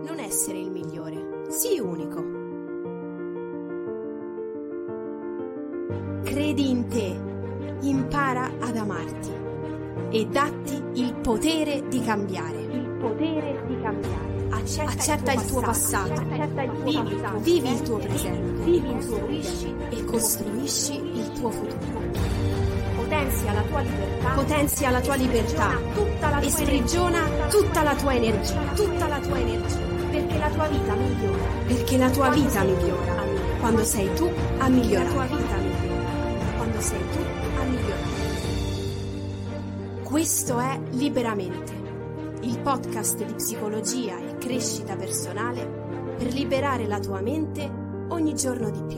Non essere il migliore, sii unico. Credi in te, impara ad amarti e datti il potere di cambiare. Il potere di cambiare. Accetta il tuo passato, vivi il tuo presente, e costruisci il tuo futuro. Potenzia la tua libertà, E sprigiona tutta la tua energia. perché la tua vita migliora. Perché la tua vita migliora quando sei tu a migliorare. Questo è Liberamente, il podcast di psicologia e crescita personale per liberare la tua mente ogni giorno di più.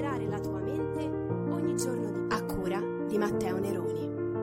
A cura di Matteo Neroni.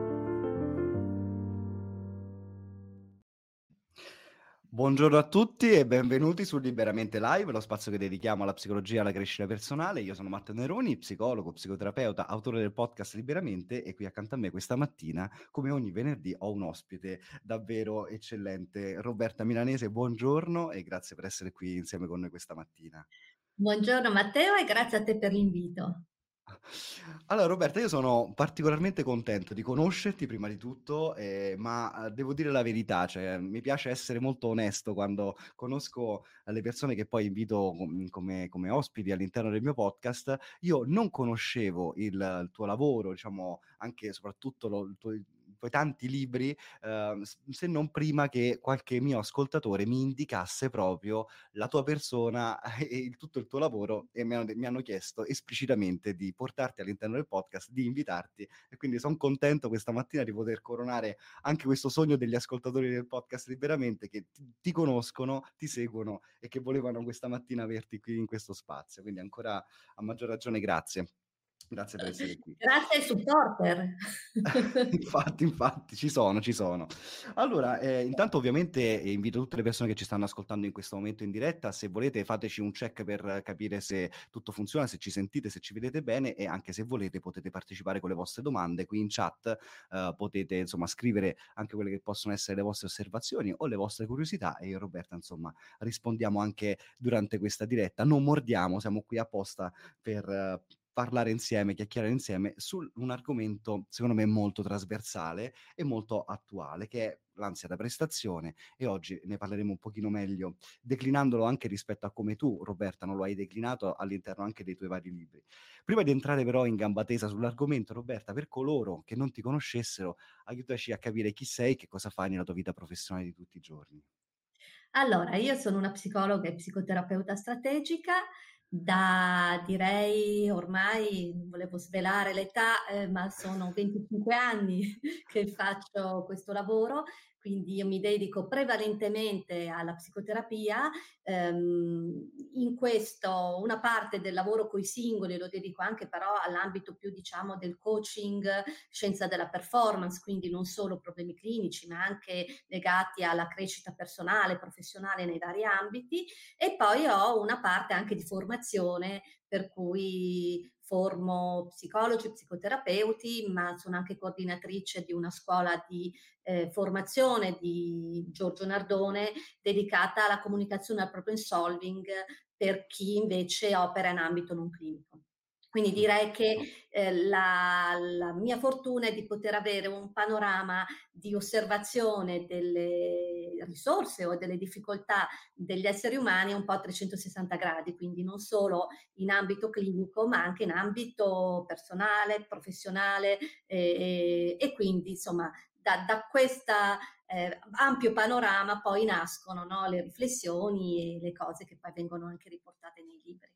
Buongiorno a tutti e benvenuti su Liberamente Live, lo spazio che dedichiamo alla psicologia e alla crescita personale. Io sono Matteo Neroni, psicologo, psicoterapeuta, autore del podcast Liberamente, e qui accanto a me questa mattina, come ogni venerdì, ho un ospite davvero eccellente, Roberta Milanese. Buongiorno e grazie per essere qui insieme con noi questa mattina. Buongiorno Matteo e grazie a te per l'invito. Allora Roberta, io sono particolarmente contento di conoscerti prima di tutto, ma devo dire la verità, cioè mi piace essere molto onesto quando conosco le persone che poi invito come ospiti all'interno del mio podcast. Io non conoscevo il tuo lavoro, diciamo anche e soprattutto i tuoi tanti libri, se non prima che qualche mio ascoltatore mi indicasse proprio la tua persona e tutto il tuo lavoro, e mi hanno chiesto esplicitamente di portarti all'interno del podcast, di invitarti, e quindi sono contento questa mattina di poter coronare anche questo sogno degli ascoltatori del podcast Liberamente, che ti conoscono, ti seguono e che volevano questa mattina averti qui in questo spazio. Quindi ancora a maggior ragione grazie. Grazie per essere qui. Grazie ai supporter. Infatti, ci sono. Allora, intanto ovviamente invito tutte le persone che ci stanno ascoltando in questo momento in diretta, se volete fateci un check per capire se tutto funziona, se ci sentite, se ci vedete bene, e anche se volete potete partecipare con le vostre domande qui in chat, potete insomma scrivere anche quelle che possono essere le vostre osservazioni o le vostre curiosità, e io e Roberta insomma rispondiamo anche durante questa diretta. Non mordiamo, siamo qui apposta per parlare insieme, chiacchierare insieme su un argomento secondo me molto trasversale e molto attuale, che è l'ansia da prestazione, e oggi ne parleremo un pochino meglio, declinandolo anche rispetto a come tu, Roberta, non lo hai declinato all'interno anche dei tuoi vari libri. Prima di entrare però in gamba tesa sull'argomento, Roberta, per coloro che non ti conoscessero, aiutaci a capire chi sei e che cosa fai nella tua vita professionale di tutti i giorni. Allora, io sono una psicologa e psicoterapeuta strategica da, direi, ormai, non volevo svelare l'età, ma sono 25 anni che faccio questo lavoro, quindi io mi dedico prevalentemente alla psicoterapia. In questo una parte del lavoro coi singoli lo dedico anche però all'ambito più, diciamo, del coaching, scienza della performance, quindi non solo problemi clinici, ma anche legati alla crescita personale, professionale nei vari ambiti. E poi ho una parte anche di formazione, per cui formo psicologi, psicoterapeuti, ma sono anche coordinatrice di una scuola di formazione di Giorgio Nardone dedicata alla comunicazione e al problem solving per chi invece opera in ambito non clinico. Quindi direi che la mia fortuna è di poter avere un panorama di osservazione delle risorse o delle difficoltà degli esseri umani un po' a 360 gradi, quindi non solo in ambito clinico, ma anche in ambito personale, professionale, e quindi insomma da questa ampio panorama poi nascono, no, le riflessioni e le cose che poi vengono anche riportate nei libri.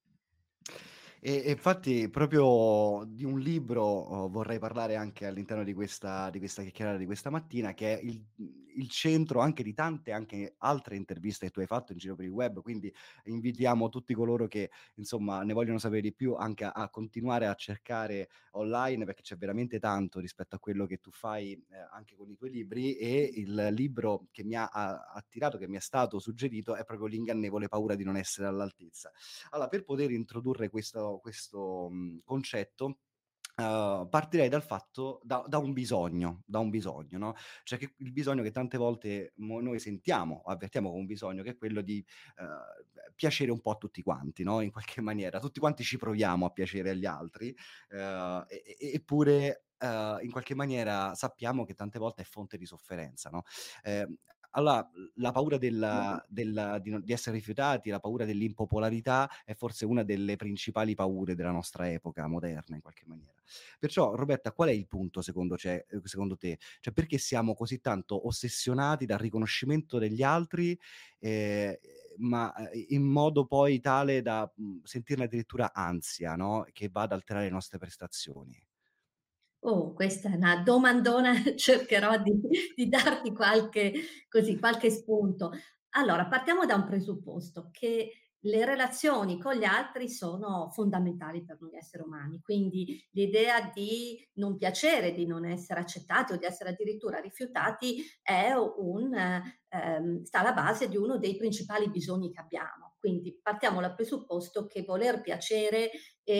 E infatti proprio di un libro vorrei parlare anche all'interno di questa chiacchierata di questa mattina, che è il centro anche di tante anche altre interviste che tu hai fatto in giro per il web, quindi invitiamo tutti coloro che insomma ne vogliono sapere di più anche a continuare a cercare online, perché c'è veramente tanto rispetto a quello che tu fai anche con i tuoi libri. E il libro che mi ha attirato, che mi è stato suggerito, è proprio L'ingannevole paura di non essere all'altezza. Allora, per poter introdurre questo concetto, partirei dal fatto da un bisogno, no, cioè che il bisogno che tante volte noi sentiamo, avvertiamo come un bisogno, che è quello di, piacere un po' a tutti quanti, no, in qualche maniera. Tutti quanti ci proviamo a piacere agli altri, eppure, in qualche maniera sappiamo che tante volte è fonte di sofferenza, no, ehm, allora la paura di essere rifiutati, la paura dell'impopolarità è forse una delle principali paure della nostra epoca moderna in qualche maniera. Perciò Roberta, qual è il punto secondo te? Cioè perché siamo così tanto ossessionati dal riconoscimento degli altri, ehm, ma, in modo poi tale da, sentirne addirittura ansia, no, che va ad alterare le nostre prestazioni? Oh, questa è una domandona, cercherò di darti qualche spunto. Allora, partiamo da un presupposto, che le relazioni con gli altri sono fondamentali per noi esseri umani, quindi l'idea di non piacere, di non essere accettati o di essere addirittura rifiutati è sta alla base di uno dei principali bisogni che abbiamo. Quindi partiamo dal presupposto che voler piacere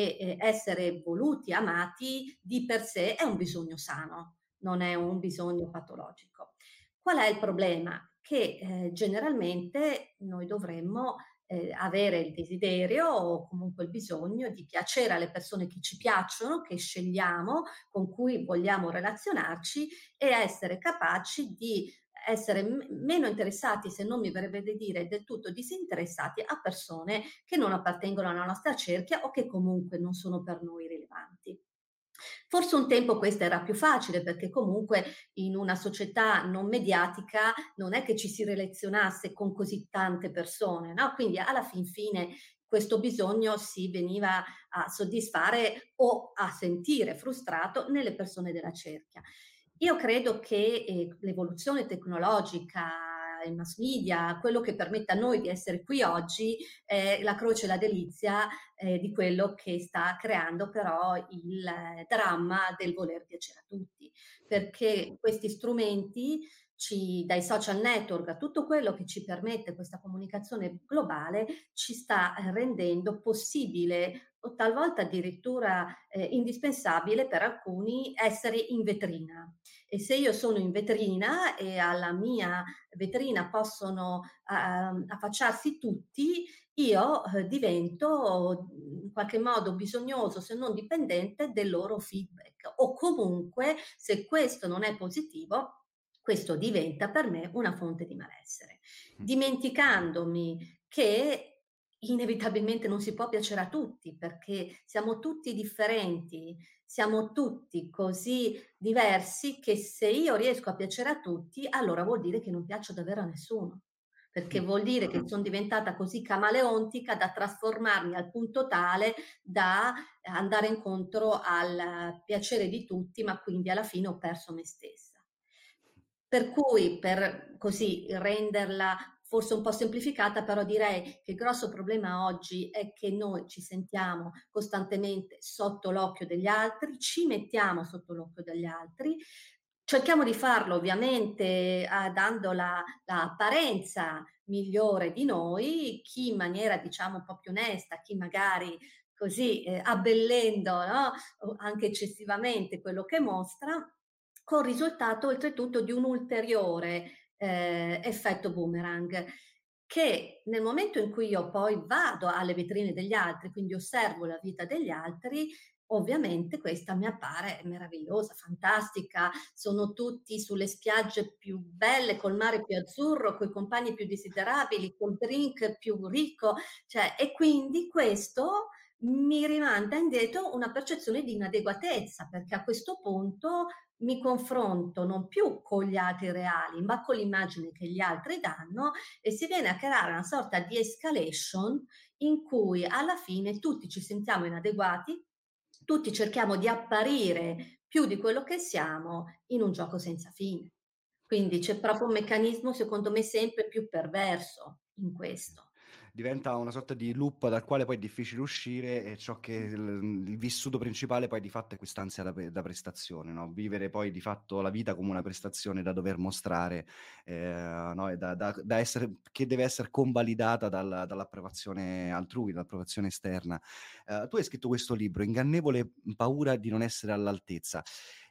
essere voluti, amati, di per sé è un bisogno sano, non è un bisogno patologico. Qual è il problema? Che, generalmente noi dovremmo, avere il desiderio o comunque il bisogno di piacere alle persone che ci piacciono, che scegliamo, con cui vogliamo relazionarci e essere capaci di essere meno interessati, se non mi verrebbe da dire del tutto disinteressati, a persone che non appartengono alla nostra cerchia o che comunque non sono per noi rilevanti. Forse un tempo questo era più facile perché comunque in una società non mediatica non è che ci si relazionasse con così tante persone, no? Quindi alla fin fine questo bisogno si veniva a soddisfare o a sentire frustrato nelle persone della cerchia. Io credo che l'evoluzione tecnologica, i mass media, quello che permette a noi di essere qui oggi, è la croce e la delizia di quello che sta creando però il dramma del voler piacere a tutti, perché questi strumenti dai social network a tutto quello che ci permette questa comunicazione globale, ci sta rendendo possibile o talvolta addirittura indispensabile per alcuni essere in vetrina. E se io sono in vetrina e alla mia vetrina possono affacciarsi tutti, io divento in qualche modo bisognoso, se non dipendente, del loro feedback. O comunque, se questo non è positivo, questo diventa per me una fonte di malessere. Dimenticandomi che inevitabilmente non si può piacere a tutti, perché siamo tutti differenti, siamo tutti così diversi che se io riesco a piacere a tutti, allora vuol dire che non piaccio davvero a nessuno. Perché vuol dire che son diventata così camaleontica da trasformarmi al punto tale da andare incontro al piacere di tutti, ma quindi alla fine ho perso me stessa. Per cui, per così renderla forse un po' semplificata, però direi che il grosso problema oggi è che noi ci sentiamo costantemente sotto l'occhio degli altri, ci mettiamo sotto l'occhio degli altri, cerchiamo di farlo ovviamente dando l'apparenza migliore di noi, chi in maniera diciamo un po' più onesta, chi magari così abbellendo, no, o anche eccessivamente quello che mostra, con risultato oltretutto di un ulteriore effetto boomerang, che nel momento in cui io poi vado alle vetrine degli altri, quindi osservo la vita degli altri, ovviamente questa mi appare meravigliosa, fantastica, sono tutti sulle spiagge più belle, col mare più azzurro, coi compagni più desiderabili, col drink più ricco, cioè, e quindi questo mi rimanda indietro una percezione di inadeguatezza, perché a questo punto mi confronto non più con gli altri reali, ma con l'immagine che gli altri danno e si viene a creare una sorta di escalation in cui alla fine tutti ci sentiamo inadeguati, tutti cerchiamo di apparire più di quello che siamo in un gioco senza fine. Quindi c'è proprio un meccanismo, secondo me, sempre più perverso in questo. diventa una sorta di loop dal quale poi è difficile uscire, e ciò che il vissuto principale poi di fatto è quest'ansia da prestazione, no, vivere poi di fatto la vita come una prestazione da dover mostrare, no, e da essere, che deve essere convalidata dall'approvazione altrui, dall'approvazione esterna. Tu hai scritto questo libro, Ingannevole paura di non essere all'altezza.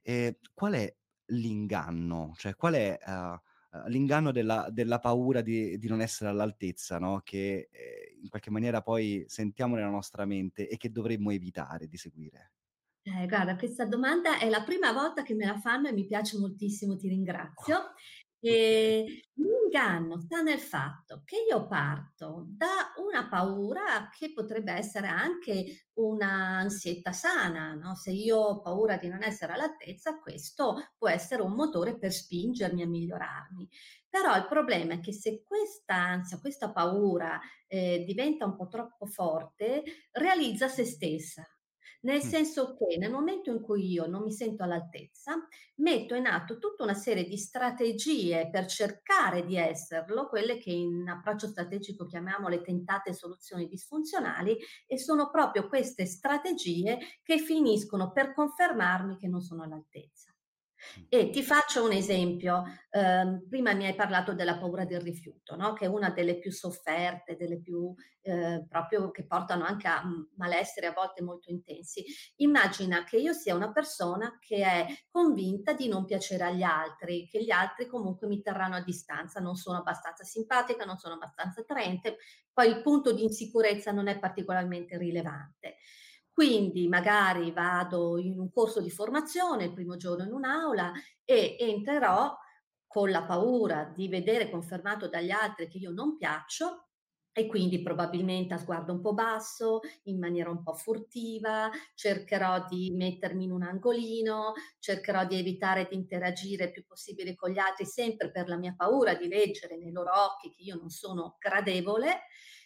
Qual è l'inganno? Cioè qual è, l'inganno della paura di non essere all'altezza, no, che, in qualche maniera poi sentiamo nella nostra mente e che dovremmo evitare di seguire? Guarda, questa domanda è la prima volta che me la fanno e mi piace moltissimo, ti Oh, ringrazio. okay. L'inganno sta nel fatto che io parto da una paura che potrebbe essere anche un'ansietta sana, no, se io ho paura di non essere all'altezza, questo può essere un motore per spingermi a migliorarmi. Però il problema è che se questa ansia, questa paura, diventa un po' troppo forte, realizza se stessa. Nel Mh, senso che nel momento in cui io non mi sento all'altezza, metto in atto tutta una serie di strategie per cercare di esserlo, quelle che in approccio strategico chiamiamo le tentate soluzioni disfunzionali, e sono proprio queste strategie che finiscono per confermarmi che non sono all'altezza. mh, E ti faccio un esempio, prima mi hai parlato della paura del rifiuto, no, che è una delle più sofferte, delle più, proprio che portano anche a, malessere a volte molto intensi. Immagina che io sia una persona che è convinta di non piacere agli altri, che gli altri comunque mi terranno a distanza, non sono abbastanza simpatica, non sono abbastanza attraente, poi il punto di insicurezza non è particolarmente rilevante. Quindi magari vado in un corso di formazione, il primo giorno in un'aula, e entrerò con la paura di vedere confermato dagli altri che io non piaccio, e quindi probabilmente a sguardo un po' basso, in maniera un po' furtiva, cercherò di mettermi in un angolino, cercherò di evitare di interagire il più possibile con gli altri, sempre per la mia paura di leggere nei loro occhi che io non sono gradevole.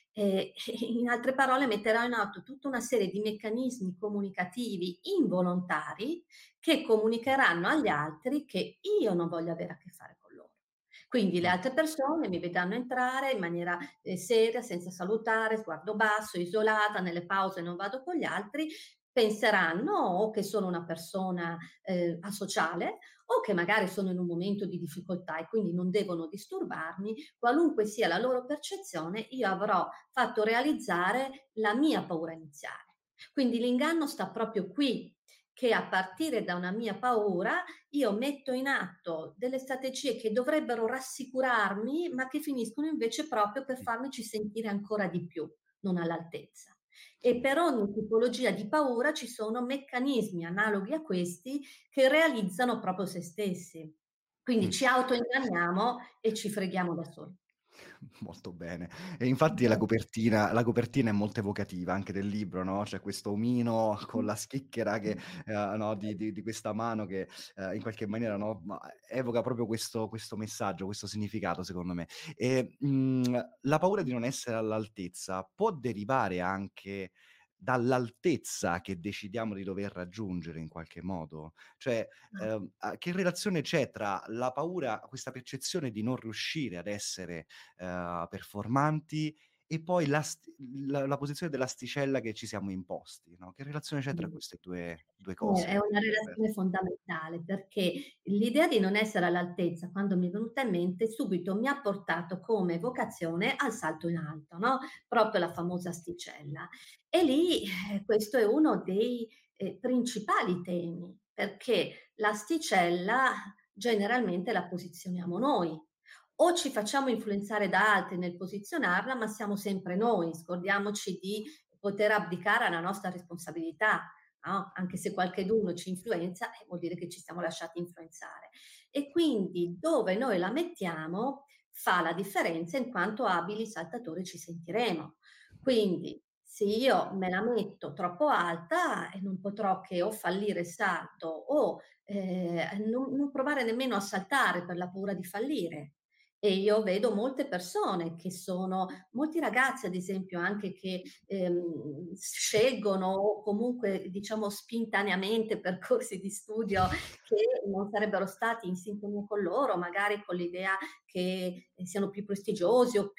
In altre parole, metterò in atto tutta una serie di meccanismi comunicativi involontari che comunicheranno agli altri che io non voglio avere a che fare con loro. Quindi le mh, altre persone mi vedranno entrare in maniera, seria, senza salutare, sguardo basso, isolata, nelle pause non vado con gli altri, penseranno o che sono una persona, asociale, o che magari sono in un momento di difficoltà e quindi non devono disturbarmi. Qualunque sia la loro percezione, io avrò fatto realizzare la mia paura iniziale. Quindi l'inganno sta proprio qui, che a partire da una mia paura io metto in atto delle strategie che dovrebbero rassicurarmi, ma che finiscono invece proprio per sì, farmici sentire ancora di più non all'altezza. E sì. per ogni tipologia di paura ci sono meccanismi analoghi a questi che realizzano proprio se stessi. Quindi Mh. ci autoinganniamo e ci freghiamo da soli. Molto bene. E infatti la copertina è molto evocativa anche del libro, no, c'è questo omino con la schicchera che, no, di questa mano che, in qualche maniera, no, ma evoca proprio questo messaggio, questo significato secondo me. La paura di non essere all'altezza può derivare anche dall'altezza che decidiamo di dover raggiungere in qualche modo? Cioè, che relazione c'è tra la paura, questa percezione di non riuscire ad essere performanti, e poi la posizione dell'asticella che ci siamo imposti, no, che relazione c'è tra Mh. queste due È cose? una relazione fondamentale, perché l'idea di non essere all'altezza, quando mi è venuta in mente, subito mi ha portato come vocazione al salto in alto, no, proprio la famosa asticella. E lì, questo è uno dei, principali temi, perché l'asticella generalmente la posizioniamo noi. O ci facciamo influenzare da altri nel posizionarla, ma siamo sempre noi, scordiamoci di poter abdicare alla nostra responsabilità. No, anche se qualcheduno ci influenza, vuol dire che ci siamo lasciati influenzare. E quindi dove noi la mettiamo fa la differenza in quanto abili saltatori ci sentiremo. Quindi se io me la metto troppo alta, non potrò che o fallire il salto o, non provare nemmeno a saltare per la paura di fallire. E io vedo molte persone che sono molti ragazzi ad esempio anche che, scelgono o comunque diciamo spintaneamente percorsi di studio che non sarebbero stati in sintonia con loro, magari con l'idea che siano più prestigiosi o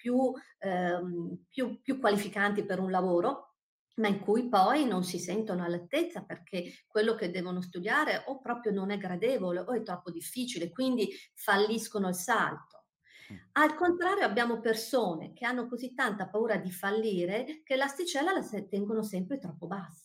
più qualificanti per un lavoro, ma in cui poi non si sentono all'altezza perché quello che devono studiare o proprio non è gradevole o è troppo difficile, quindi falliscono il salto. Mh. Al contrario abbiamo persone che hanno così tanta paura di fallire che l'asticella tengono sempre troppo bassa.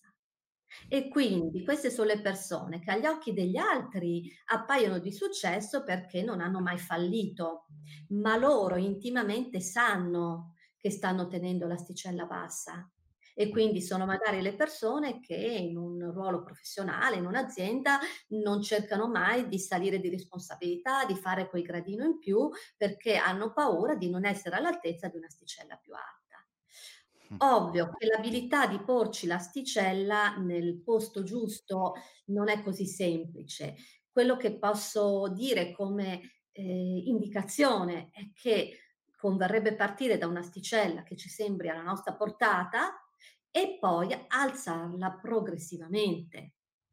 E quindi queste sono le persone che agli occhi degli altri appaiono di successo perché non hanno mai fallito, ma loro intimamente sanno che stanno tenendo l'asticella bassa. E Mh. quindi sono magari le persone che in un ruolo professionale, in un'azienda, non cercano mai di salire di responsabilità, di fare quel gradino in più, perché hanno paura di non essere all'altezza di un'asticella più alta. Mh. Ovvio che l'abilità di porci l'asticella nel posto giusto non è così semplice. Quello che posso dire come, indicazione è che converrebbe partire da un'asticella che ci sembri alla nostra portata e poi alzarla progressivamente,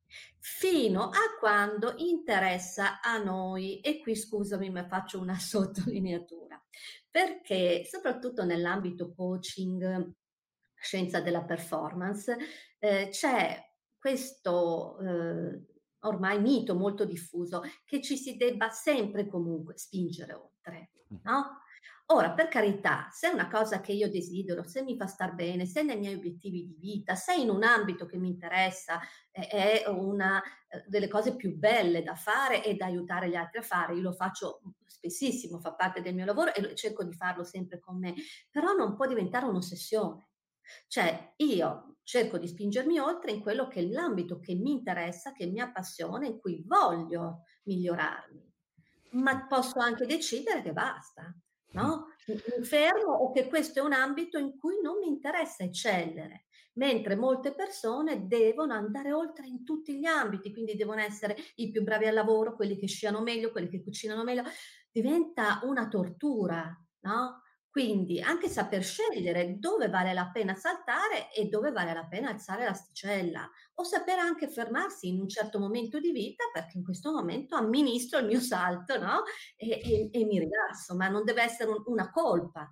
fino a quando interessa a noi. E qui scusami, ma faccio una sottolineatura, perché soprattutto nell'ambito coaching, scienza della performance, c'è questo, ormai mito molto diffuso, che ci si debba sempre e comunque spingere oltre, Mh. no? Ora, per carità, se è una cosa che io desidero, se mi fa star bene, se è nei miei obiettivi di vita, se è in un ambito che mi interessa, è una delle cose più belle da fare e da aiutare gli altri a fare. Io lo faccio spessissimo, fa parte del mio lavoro e cerco di farlo sempre con me, però non può diventare un'ossessione. Cioè, io cerco di spingermi oltre in quello che è l'ambito che mi interessa, che mi appassiona, in cui voglio migliorarmi, ma posso anche decidere che basta, Mh. no? Mi fermo o che questo è un ambito in cui non mi interessa eccellere, mentre molte persone devono andare oltre in tutti gli ambiti, quindi devono essere i più bravi al lavoro, quelli che sciano meglio, quelli che cucinano meglio. Diventa una tortura, no? Quindi anche saper scegliere dove vale la pena saltare e dove vale la pena alzare l'asticella, o sapere anche fermarsi in un certo momento di vita, perché in questo momento amministro il mio salto, no, e mi rilasso, ma non deve essere una colpa.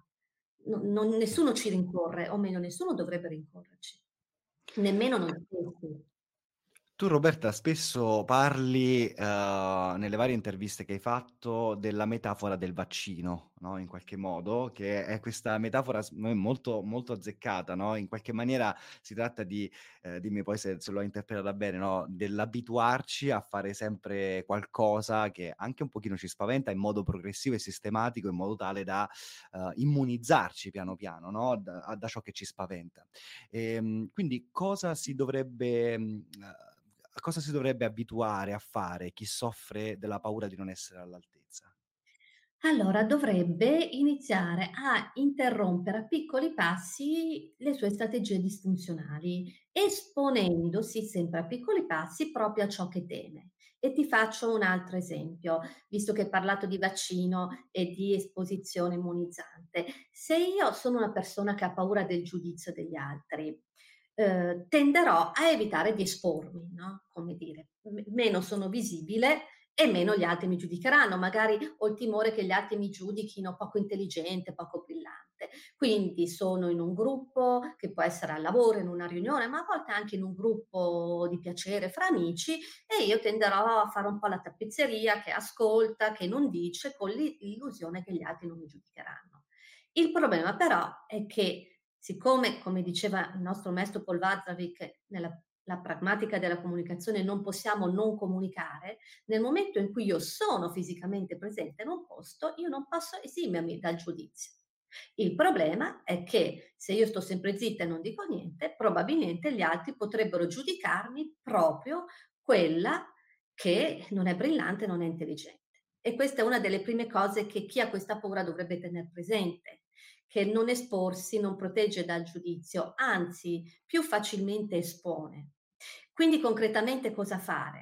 Nessuno ci rincorre, o meglio nessuno dovrebbe rincorrerci, nemmeno noi stessi. Tu Roberta spesso parli, nelle varie interviste che hai fatto, della metafora del vaccino, no, in qualche modo, che è questa metafora molto molto azzeccata, no, in qualche maniera si tratta di dimmi poi se l'ho interpretata bene, no, dell'abituarci a fare sempre qualcosa che anche un pochino ci spaventa in modo progressivo e sistematico, in modo tale da, immunizzarci piano piano, no, da ciò che ci spaventa. Quindi cosa si dovrebbe a cosa si dovrebbe abituare a fare chi soffre della paura di non essere all'altezza? Allora dovrebbe iniziare a interrompere a piccoli passi le sue strategie disfunzionali, esponendosi sempre a piccoli passi proprio a ciò che teme. E ti faccio un altro esempio, visto che hai parlato di vaccino e di esposizione immunizzante. Se io sono una persona che ha paura del giudizio degli altri, tenderò a evitare di espormi, no, come dire, meno sono visibile e meno gli altri mi giudicheranno. Magari ho il timore che gli altri mi giudichino poco intelligente, poco brillante. Quindi sono in un gruppo, che può essere al lavoro, in una riunione, ma a volte anche in un gruppo di piacere fra amici, e io tenderò a fare un po' la tappezzeria, che ascolta, che non dice, con l'illusione che gli altri non mi giudicheranno. Il problema però è che, siccome, come diceva il nostro maestro Paul Watzlawick, nella la pragmatica della comunicazione non possiamo non comunicare, nel momento in cui io sono fisicamente presente in un posto, io non posso esimermi dal giudizio. Il problema è che se io sto sempre zitta e non dico niente, probabilmente gli altri potrebbero giudicarmi proprio quella che non è brillante, non è intelligente. E questa è una delle prime cose che chi ha questa paura dovrebbe tener presente, che non esporsi non protegge dal giudizio, anzi più facilmente espone. Quindi concretamente cosa fare?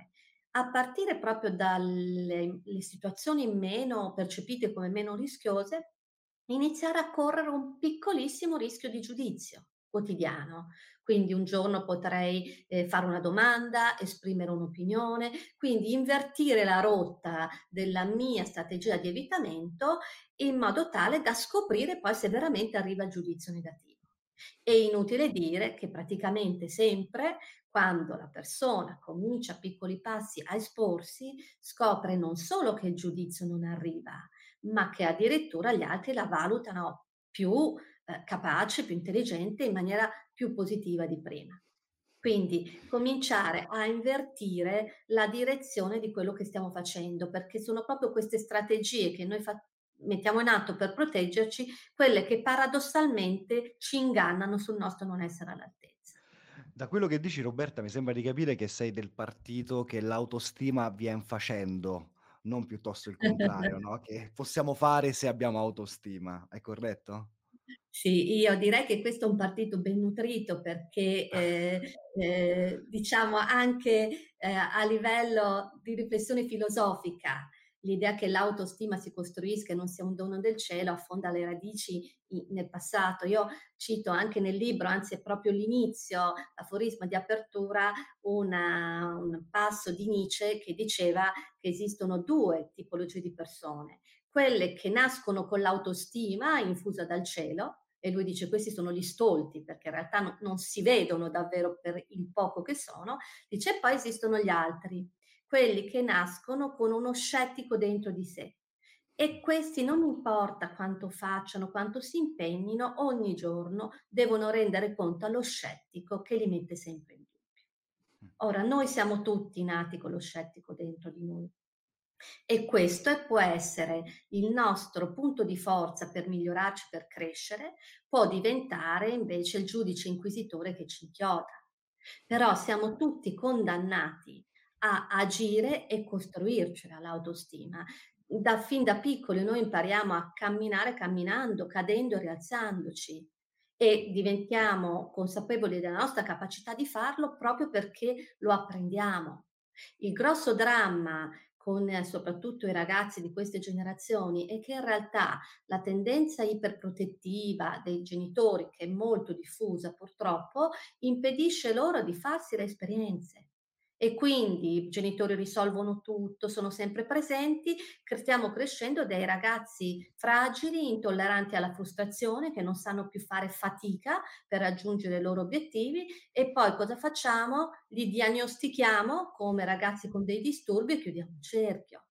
a partire proprio dalle situazioni meno percepite come meno rischiose, iniziare a correre un piccolissimo rischio di giudizio quotidiano. Quindi un giorno potrei fare una domanda, esprimere un'opinione, quindi invertire la rotta della mia strategia di evitamento in modo tale da scoprire poi se veramente arriva il giudizio negativo. È inutile dire che praticamente sempre, quando la persona comincia a piccoli passi a esporsi, scopre non solo che il giudizio non arriva, ma che addirittura gli altri la valutano più capace, più intelligente, in maniera più positiva di prima. Quindi cominciare a invertire la direzione di quello che stiamo facendo, perché sono proprio queste strategie che noi mettiamo in atto per proteggerci, quelle che paradossalmente ci ingannano sul nostro non essere all'altezza. Da quello che dici, Roberta, mi sembra di capire che sei del partito che l'autostima vien facendo, non piuttosto il contrario, no? Che possiamo fare se abbiamo autostima, è corretto? Sì, io direi che questo è un partito ben nutrito perché diciamo anche a livello di riflessione filosofica l'idea che l'autostima si costruisca e non sia un dono del cielo affonda le radici nel passato. Io cito anche nel libro, anzi è proprio l'inizio, l'aforisma di apertura, un passo di Nietzsche che diceva che esistono due tipologie di persone: quelle che nascono con l'autostima infusa dal cielo, e lui dice questi sono gli stolti perché in realtà non si vedono davvero per il poco che sono, dice poi esistono gli altri, quelli che nascono con uno scettico dentro di sé. E questi non importa quanto facciano, quanto si impegnino, ogni giorno devono rendere conto allo scettico che li mette sempre in dubbio. Ora, noi siamo tutti nati con lo scettico dentro di noi. E questo può essere il nostro punto di forza per migliorarci, per crescere, può diventare invece il giudice inquisitore che ci inchioda. Però siamo tutti condannati a agire e costruircela l'autostima. Fin da piccoli noi impariamo a camminare camminando, cadendo e rialzandoci, e diventiamo consapevoli della nostra capacità di farlo proprio perché lo apprendiamo. Il grosso dramma con soprattutto i ragazzi di queste generazioni è che in realtà la tendenza iperprotettiva dei genitori, che è molto diffusa purtroppo, impedisce loro di farsi le esperienze. E quindi i genitori risolvono tutto, sono sempre presenti, stiamo crescendo dei ragazzi fragili, intolleranti alla frustrazione, che non sanno più fare fatica per raggiungere i loro obiettivi, e poi cosa facciamo? Li diagnostichiamo come ragazzi con dei disturbi e chiudiamo il cerchio.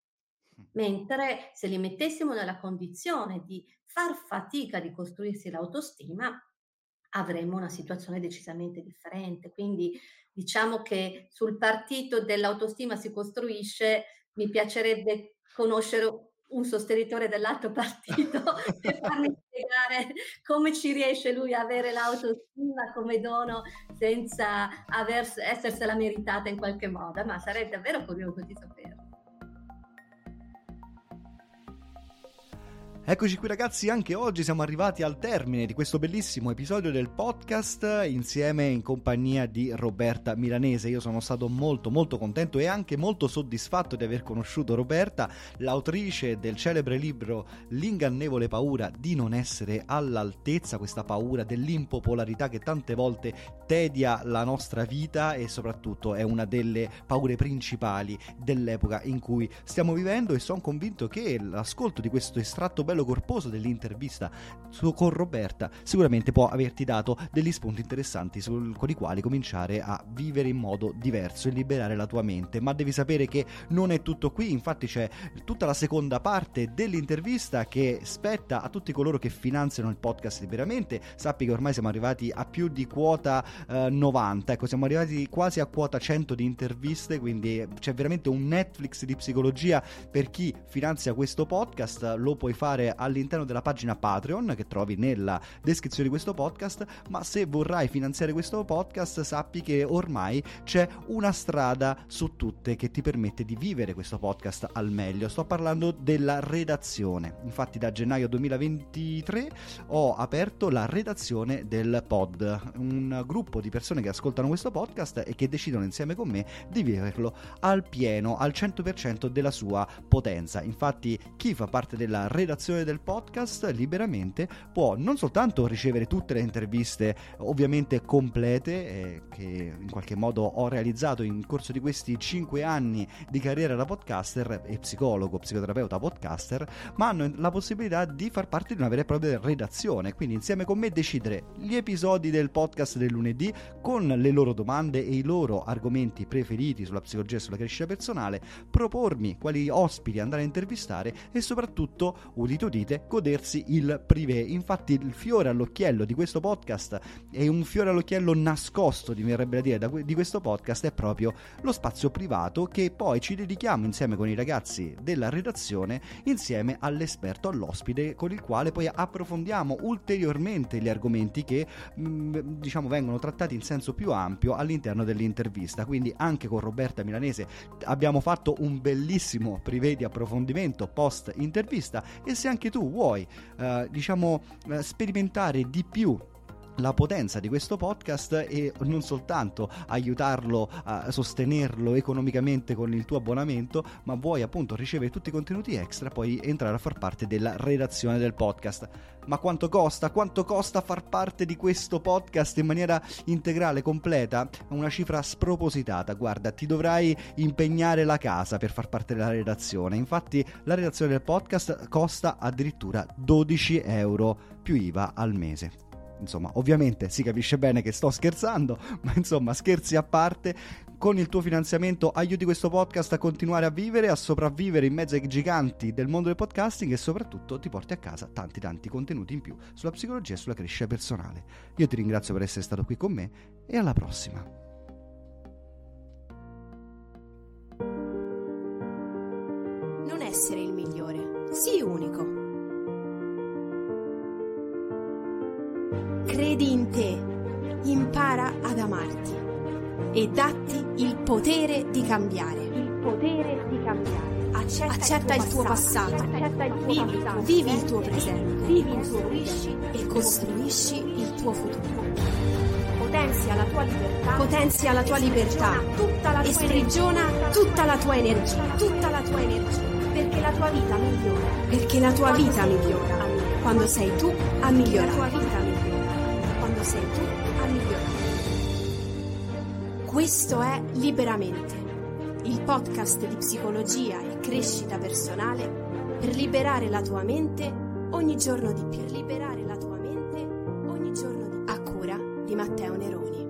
Mentre se li mettessimo nella condizione di far fatica di costruirsi l'autostima, avremmo una situazione decisamente differente. Quindi diciamo che sul partito dell'autostima si costruisce, mi piacerebbe conoscere un sostenitore dell'altro partito per farmi spiegare come ci riesce lui a avere l'autostima come dono senza essersela meritata in qualche modo, ma sarei davvero curioso di saperlo. Eccoci qui ragazzi, anche oggi siamo arrivati al termine di questo bellissimo episodio del podcast insieme in compagnia di Roberta Milanese. Io sono stato molto contento e anche molto soddisfatto di aver conosciuto Roberta, l'autrice del celebre libro L'ingannevole paura di non essere all'altezza, questa paura dell'impopolarità che tante volte tedia la nostra vita e soprattutto è una delle paure principali dell'epoca in cui stiamo vivendo, e sono convinto che l'ascolto di questo estratto bello corposo dell'intervista con Roberta sicuramente può averti dato degli spunti interessanti con i quali cominciare a vivere in modo diverso e liberare la tua mente. Ma devi sapere che non è tutto qui, infatti c'è tutta la seconda parte dell'intervista che spetta a tutti coloro che finanziano il podcast liberamente. Sappi che ormai siamo arrivati a più di quota 90, ecco, siamo arrivati quasi a quota 100 di interviste, quindi c'è veramente un Netflix di psicologia per chi finanzia questo podcast. Lo puoi fare trovare all'interno della pagina Patreon che trovi nella descrizione di questo podcast, ma se vorrai finanziare questo podcast sappi che ormai c'è una strada su tutte che ti permette di vivere questo podcast al meglio. Sto parlando della redazione. Infatti da gennaio 2023 ho aperto la redazione del pod, un gruppo di persone che ascoltano questo podcast e che decidono insieme con me di viverlo al pieno, al 100% della sua potenza. Infatti chi fa parte della redazione del podcast liberamente può non soltanto ricevere tutte le interviste ovviamente complete che in qualche modo ho realizzato in corso di questi 5 anni di carriera da podcaster e psicoterapeuta podcaster, ma hanno la possibilità di far parte di una vera e propria redazione, quindi insieme con me decidere gli episodi del podcast del lunedì con le loro domande e i loro argomenti preferiti sulla psicologia e sulla crescita personale, propormi quali ospiti andare a intervistare e soprattutto, udite udite, godersi il privé. Infatti il fiore all'occhiello di questo podcast è un fiore all'occhiello nascosto, mi verrebbe a dire, di questo podcast è proprio lo spazio privato che poi ci dedichiamo insieme con i ragazzi della redazione, insieme all'esperto, all'ospite, con il quale poi approfondiamo ulteriormente gli argomenti che diciamo vengono trattati in senso più ampio all'interno dell'intervista. Quindi anche con Roberta Milanese abbiamo fatto un bellissimo privé di approfondimento post intervista, e se anche tu vuoi sperimentare di più la potenza di questo podcast e non soltanto aiutarlo a sostenerlo economicamente con il tuo abbonamento, ma vuoi appunto ricevere tutti i contenuti extra, puoi entrare a far parte della redazione del podcast. Ma quanto costa? Quanto costa far parte di questo podcast in maniera integrale, completa? Una cifra spropositata. Guarda, ti dovrai impegnare la casa per far parte della redazione. Infatti la redazione del podcast costa addirittura 12 euro più IVA al mese. Insomma, ovviamente si capisce bene che sto scherzando, ma insomma, scherzi a parte, con il tuo finanziamento aiuti questo podcast a continuare a vivere, a sopravvivere in mezzo ai giganti del mondo del podcasting, e soprattutto ti porti a casa tanti contenuti in più sulla psicologia e sulla crescita personale. Io ti ringrazio per essere stato qui con me e alla prossima. Non essere il migliore, sii unico. Credi in te, impara ad amarti e datti il potere di cambiare. Il potere di cambiare. Accetta il tuo passato, vivi il tuo presente, e costruisci il tuo futuro. Potenzia la tua libertà, E sprigiona tutta la tua energia, perché la tua vita migliora. perché la tua vita migliora quando sei tu a migliorare. Questo è Liberamente, il podcast di psicologia e crescita personale per liberare la tua mente ogni giorno di più. A cura di Matteo Neroni.